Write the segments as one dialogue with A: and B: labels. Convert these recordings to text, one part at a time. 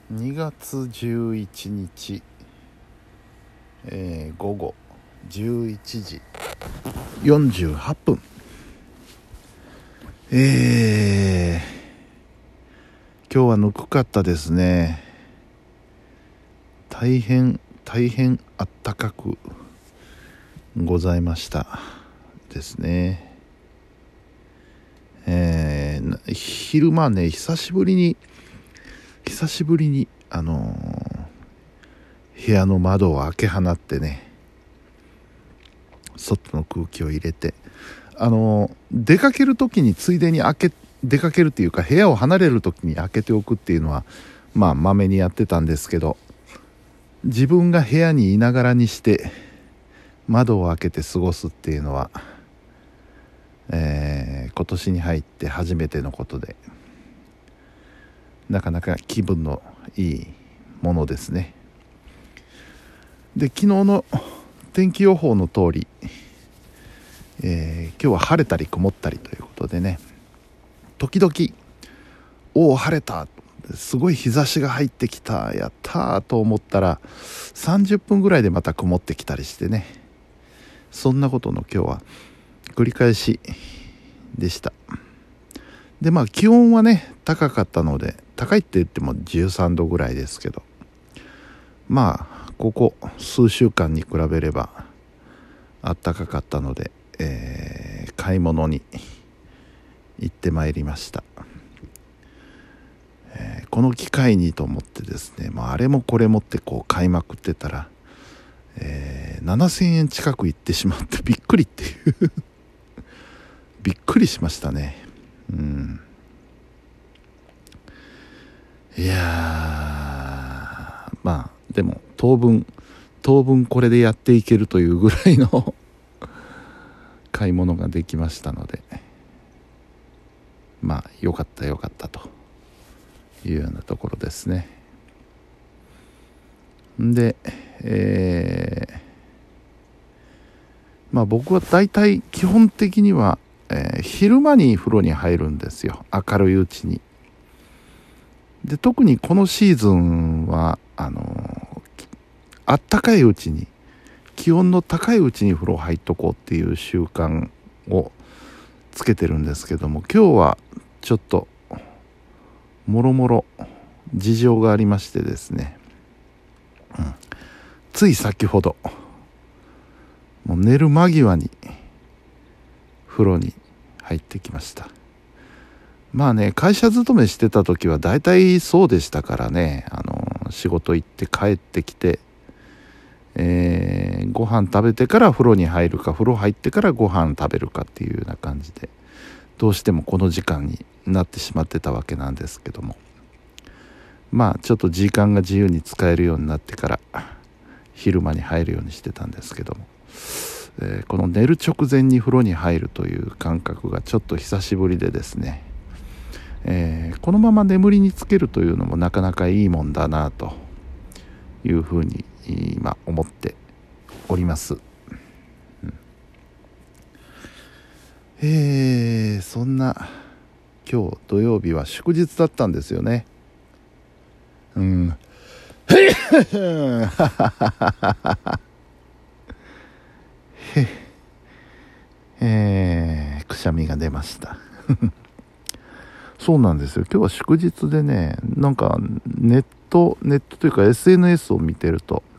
A: 2月11日、午後11時48分。今日はぬくかったですね。大変あったかくございましたですね。昼間ね、久しぶりに部屋の窓を開け放ってね、外の空気を入れて、出かける時についでに出かけるっていうか、部屋を離れる時に開けておくっていうのはまめにやってたんですけど、自分が部屋にいながらにして窓を開けて過ごすっていうのは、今年に入って初めてのことで、なかなか気分のいいものですね。で、昨日の天気予報の通り、今日は晴れたり曇ったりということでね、時々おお晴れた、すごい日差しが入ってきた、やったーと思ったら30分ぐらいでまた曇ってきたりしてね、そんなことの今日は繰り返しでした。で、気温はね高かったので、高いって言っても13度ぐらいですけど、ここ数週間に比べれば暖かかったので、買い物に行ってまいりました。この機会にと思ってですね、あれもこれもってこう買いまくってたら、7000円近く行ってしまってびっくりっていうびっくりしましたね。いやー、でも当分これでやっていけるというぐらいの買い物ができましたので、よかったというようなところですね。で、僕は大体基本的には、昼間に風呂に入るんですよ、明るいうちに。で、特にこのシーズンはあったかいうちに、気温の高いうちに風呂入っとこうっていう習慣をつけてるんですけども、今日はちょっともろもろ事情がありましてですね、つい先ほどもう寝る間際に風呂に入ってきました。会社勤めしてた時は大体そうでしたからね、仕事行って帰ってきて、ご飯食べてから風呂に入るか、風呂入ってからご飯食べるかっていうような感じで、どうしてもこの時間になってしまってたわけなんですけども、ちょっと時間が自由に使えるようになってから昼間に入るようにしてたんですけども、この寝る直前に風呂に入るという感覚がちょっと久しぶりでですね、このまま眠りにつけるというのもなかなかいいもんだなというふうに今思っております。そんな今日土曜日は祝日だったんですよね。くしゃみが出ましたそうなんですよ、今日は祝日でね、なんかネットというか SNS を見てると、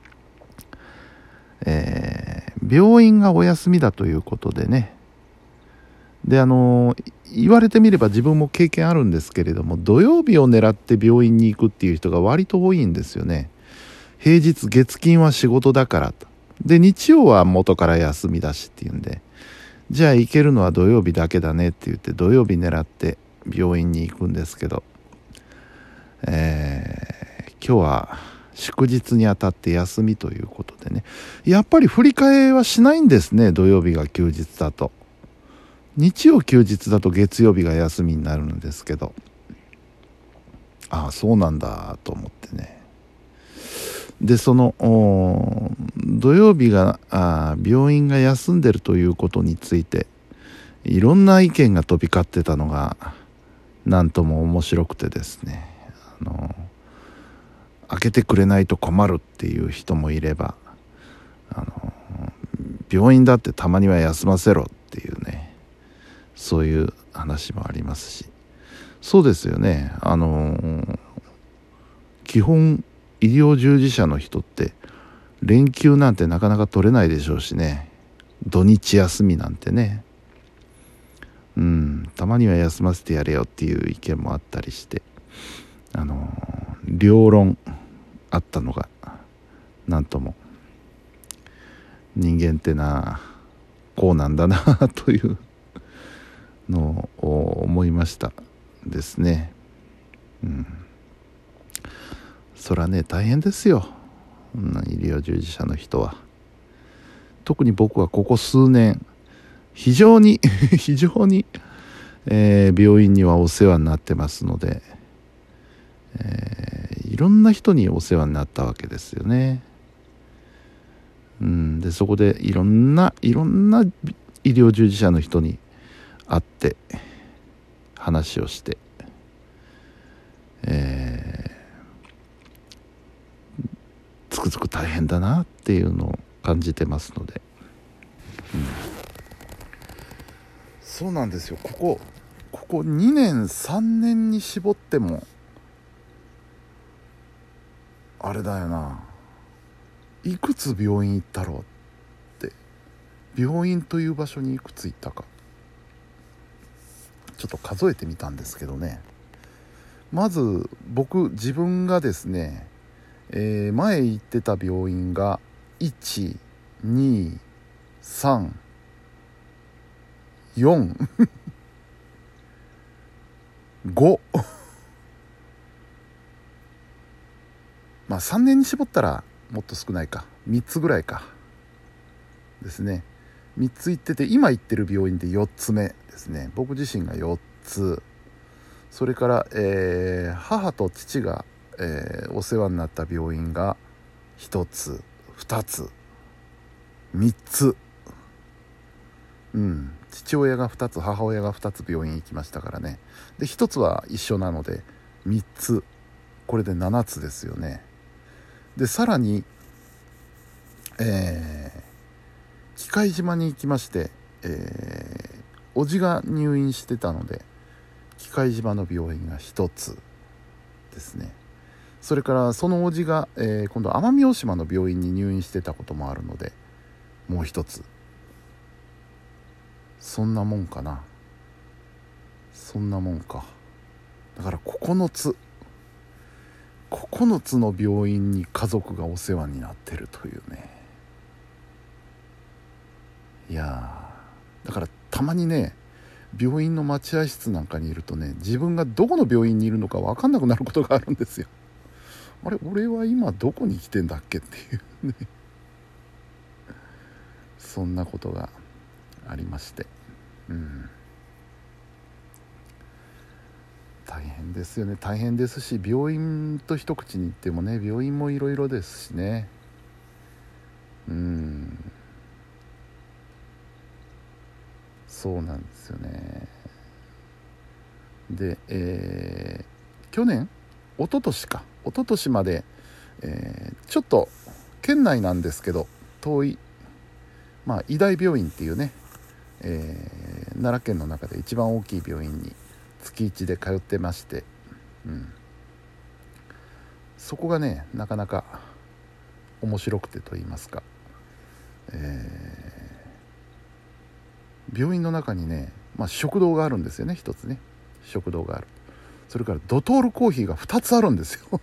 A: 病院がお休みだということでね。で、言われてみれば自分も経験あるんですけれども、土曜日を狙って病院に行くっていう人が割と多いんですよね。平日月金は仕事だからと。で、日曜は元から休みだしっていうんで、じゃあ行けるのは土曜日だけだねって言って土曜日狙って病院に行くんですけど、今日は祝日にあたって休みということでね、やっぱり振り替えはしないんですね。土曜日が休日だと、日曜休日だと月曜日が休みになるんですけど、そうなんだと思ってね。で、その土曜日が病院が休んでるということについていろんな意見が飛び交ってたのがなんとも面白くてですね、 開けてくれないと困るっていう人もいれば、病院だってたまには休ませろっていうね、そういう話もありますし、そうですよね。基本医療従事者の人って連休なんてなかなか取れないでしょうしね、土日休みなんてね、たまには休ませてやれよっていう意見もあったりして、両論あったのが、なんとも人間ってこうなんだなというのを思いましたですね。そらね、大変ですよ、医療従事者の人は。特に僕はここ数年非常に病院にはお世話になってますので、いろんな人にお世話になったわけですよね。でそこでいろんな医療従事者の人に会って話をして、つくづく大変だなっていうのを感じてますので、そうなんですよ。ここ2年3年に絞ってもあれだよな、いくつ病院行ったろうって、病院という場所にいくつ行ったかちょっと数えてみたんですけどね、まず自分がですね、前行ってた病院が1、2、3、4 5 まあ3年に絞ったらもっと少ないか、3つぐらいかですね。3つ行ってて、今行ってる病院で4つ目ですね。僕自身が4つ、それから、母と父が、お世話になった病院が1つ、2つ、3つ、父親が2つ、母親が2つ病院行きましたからね。で1つは一緒なので3つ、これで7つですよね。でさらに、喜界島に行きまして、叔父が入院してたので喜界島の病院が1つですね。それからその叔父が、今度奄美大島の病院に入院してたこともあるのでもう1つ。そんなもんかな。そんなもんか。だから9つの病院に家族がお世話になってるというね。いやだからたまにね、病院の待合室なんかにいるとね、自分がどこの病院にいるのか分かんなくなることがあるんですよ。あれ、俺は今どこに来てんだっけっていうねそんなことがありまして、大変ですよね。大変ですし、病院と一口に言ってもね、病院もいろいろですしね。そうなんですよね。で、去年一昨年まで、ちょっと県内なんですけど遠い、医大病院っていうね、奈良県の中で一番大きい病院に月1で通ってまして、そこがねなかなか面白くてと言いますか、病院の中にね、食堂があるんですよね。一つね、食堂がある。それからドトールコーヒーが2つあるんですよ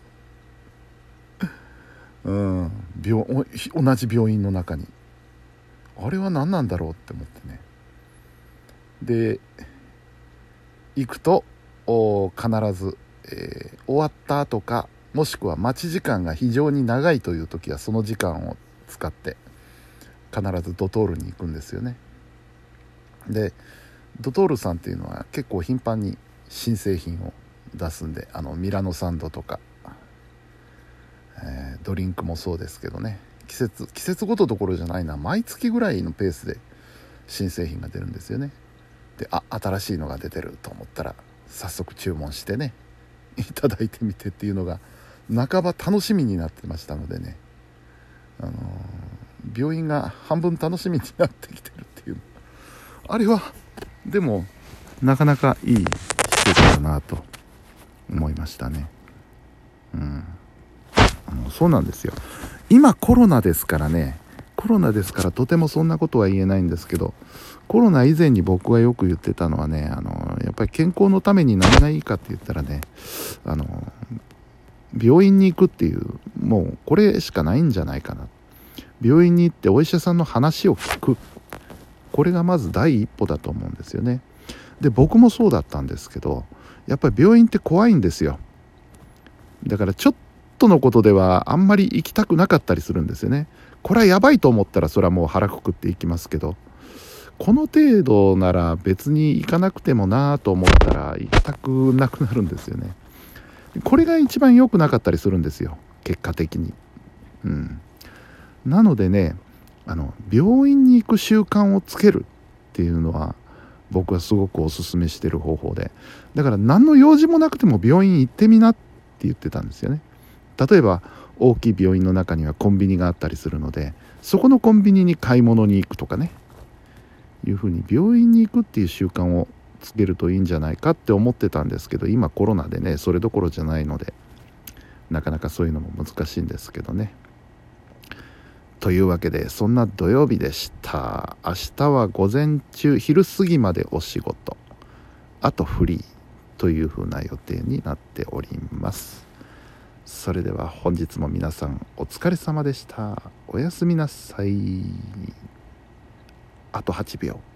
A: 同じ病院の中に。あれは何なんだろうって思ってね。で行くと必ず、終わった後か、もしくは待ち時間が非常に長いという時はその時間を使って必ずドトールに行くんですよね。でドトールさんっていうのは結構頻繁に新製品を出すんで、ミラノサンドとか、ドリンクもそうですけどね、季節ごとどころじゃないな、毎月ぐらいのペースで新製品が出るんですよね。で新しいのが出てると思ったら早速注文してねいただいてみてっていうのが半ば楽しみになってましたのでね、病院が半分楽しみになってきてるっていう、あれはでもなかなかいい施設だなと思いましたね。そうなんですよ。今コロナですからね、コロナですからとてもそんなことは言えないんですけど、コロナ以前に僕がよく言ってたのはね、やっぱり健康のために何がいいかって言ったらね、病院に行くっていう、もうこれしかないんじゃないかな。病院に行ってお医者さんの話を聞く、これがまず第一歩だと思うんですよね。で、僕もそうだったんですけど、やっぱり病院って怖いんですよ。だからちょっとのことではあんまり行きたくなかったりするんですよね。これはやばいと思ったらそれはもう腹くくっていきますけど、この程度なら別に行かなくてもなと思ったら行きたくなくなるんですよね。これが一番良くなかったりするんですよ、結果的に。なのでね、病院に行く習慣をつけるっていうのは僕はすごくおすすめしてる方法で、だから何の用事もなくても病院行ってみなって言ってたんですよね。例えば大きい病院の中にはコンビニがあったりするので、そこのコンビニに買い物に行くとかね、いうふうに病院に行くっていう習慣をつけるといいんじゃないかって思ってたんですけど、今コロナでねそれどころじゃないのでなかなかそういうのも難しいんですけどね。というわけでそんな土曜日でした。明日は午前中昼過ぎまでお仕事、あとフリーというふうな予定になっております。それでは本日も皆さんお疲れ様でした。おやすみなさい。あと8秒。